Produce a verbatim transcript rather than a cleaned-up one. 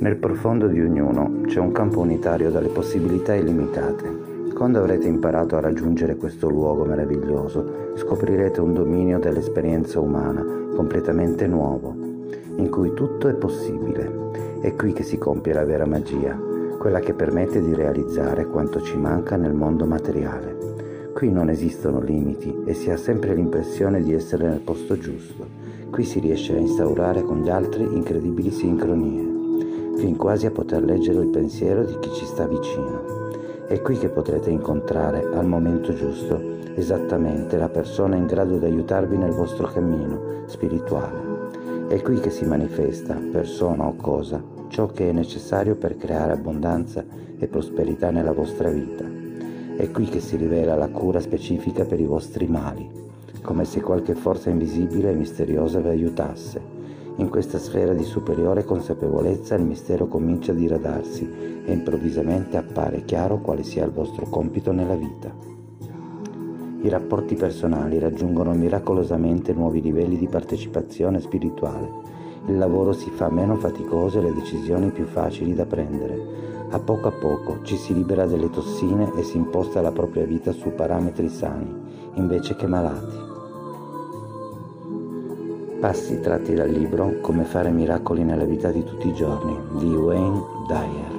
Nel profondo di ognuno c'è un campo unitario dalle possibilità illimitate. Quando avrete imparato a raggiungere questo luogo meraviglioso, scoprirete un dominio dell'esperienza umana completamente nuovo, in cui tutto è possibile. È qui che si compie la vera magia, quella che permette di realizzare quanto ci manca nel mondo materiale. Qui non esistono limiti e si ha sempre l'impressione di essere nel posto giusto. Qui si riesce a instaurare con gli altri incredibili sincronie, fin quasi a poter leggere il pensiero di chi ci sta vicino. È qui che potrete incontrare al momento giusto esattamente la persona in grado di aiutarvi nel vostro cammino spirituale. È qui che si manifesta, persona o cosa, ciò che è necessario per creare abbondanza e prosperità nella vostra vita. È qui che si rivela la cura specifica per i vostri mali, come se qualche forza invisibile e misteriosa vi aiutasse. In questa sfera di superiore consapevolezza il mistero comincia a diradarsi e improvvisamente appare chiaro quale sia il vostro compito nella vita. I rapporti personali raggiungono miracolosamente nuovi livelli di partecipazione spirituale. Il lavoro si fa meno faticoso e le decisioni più facili da prendere. A poco a poco ci si libera delle tossine e si imposta la propria vita su parametri sani, invece che malati. Passi tratti dal libro Come fare miracoli nella vita di tutti i giorni di Wayne Dyer.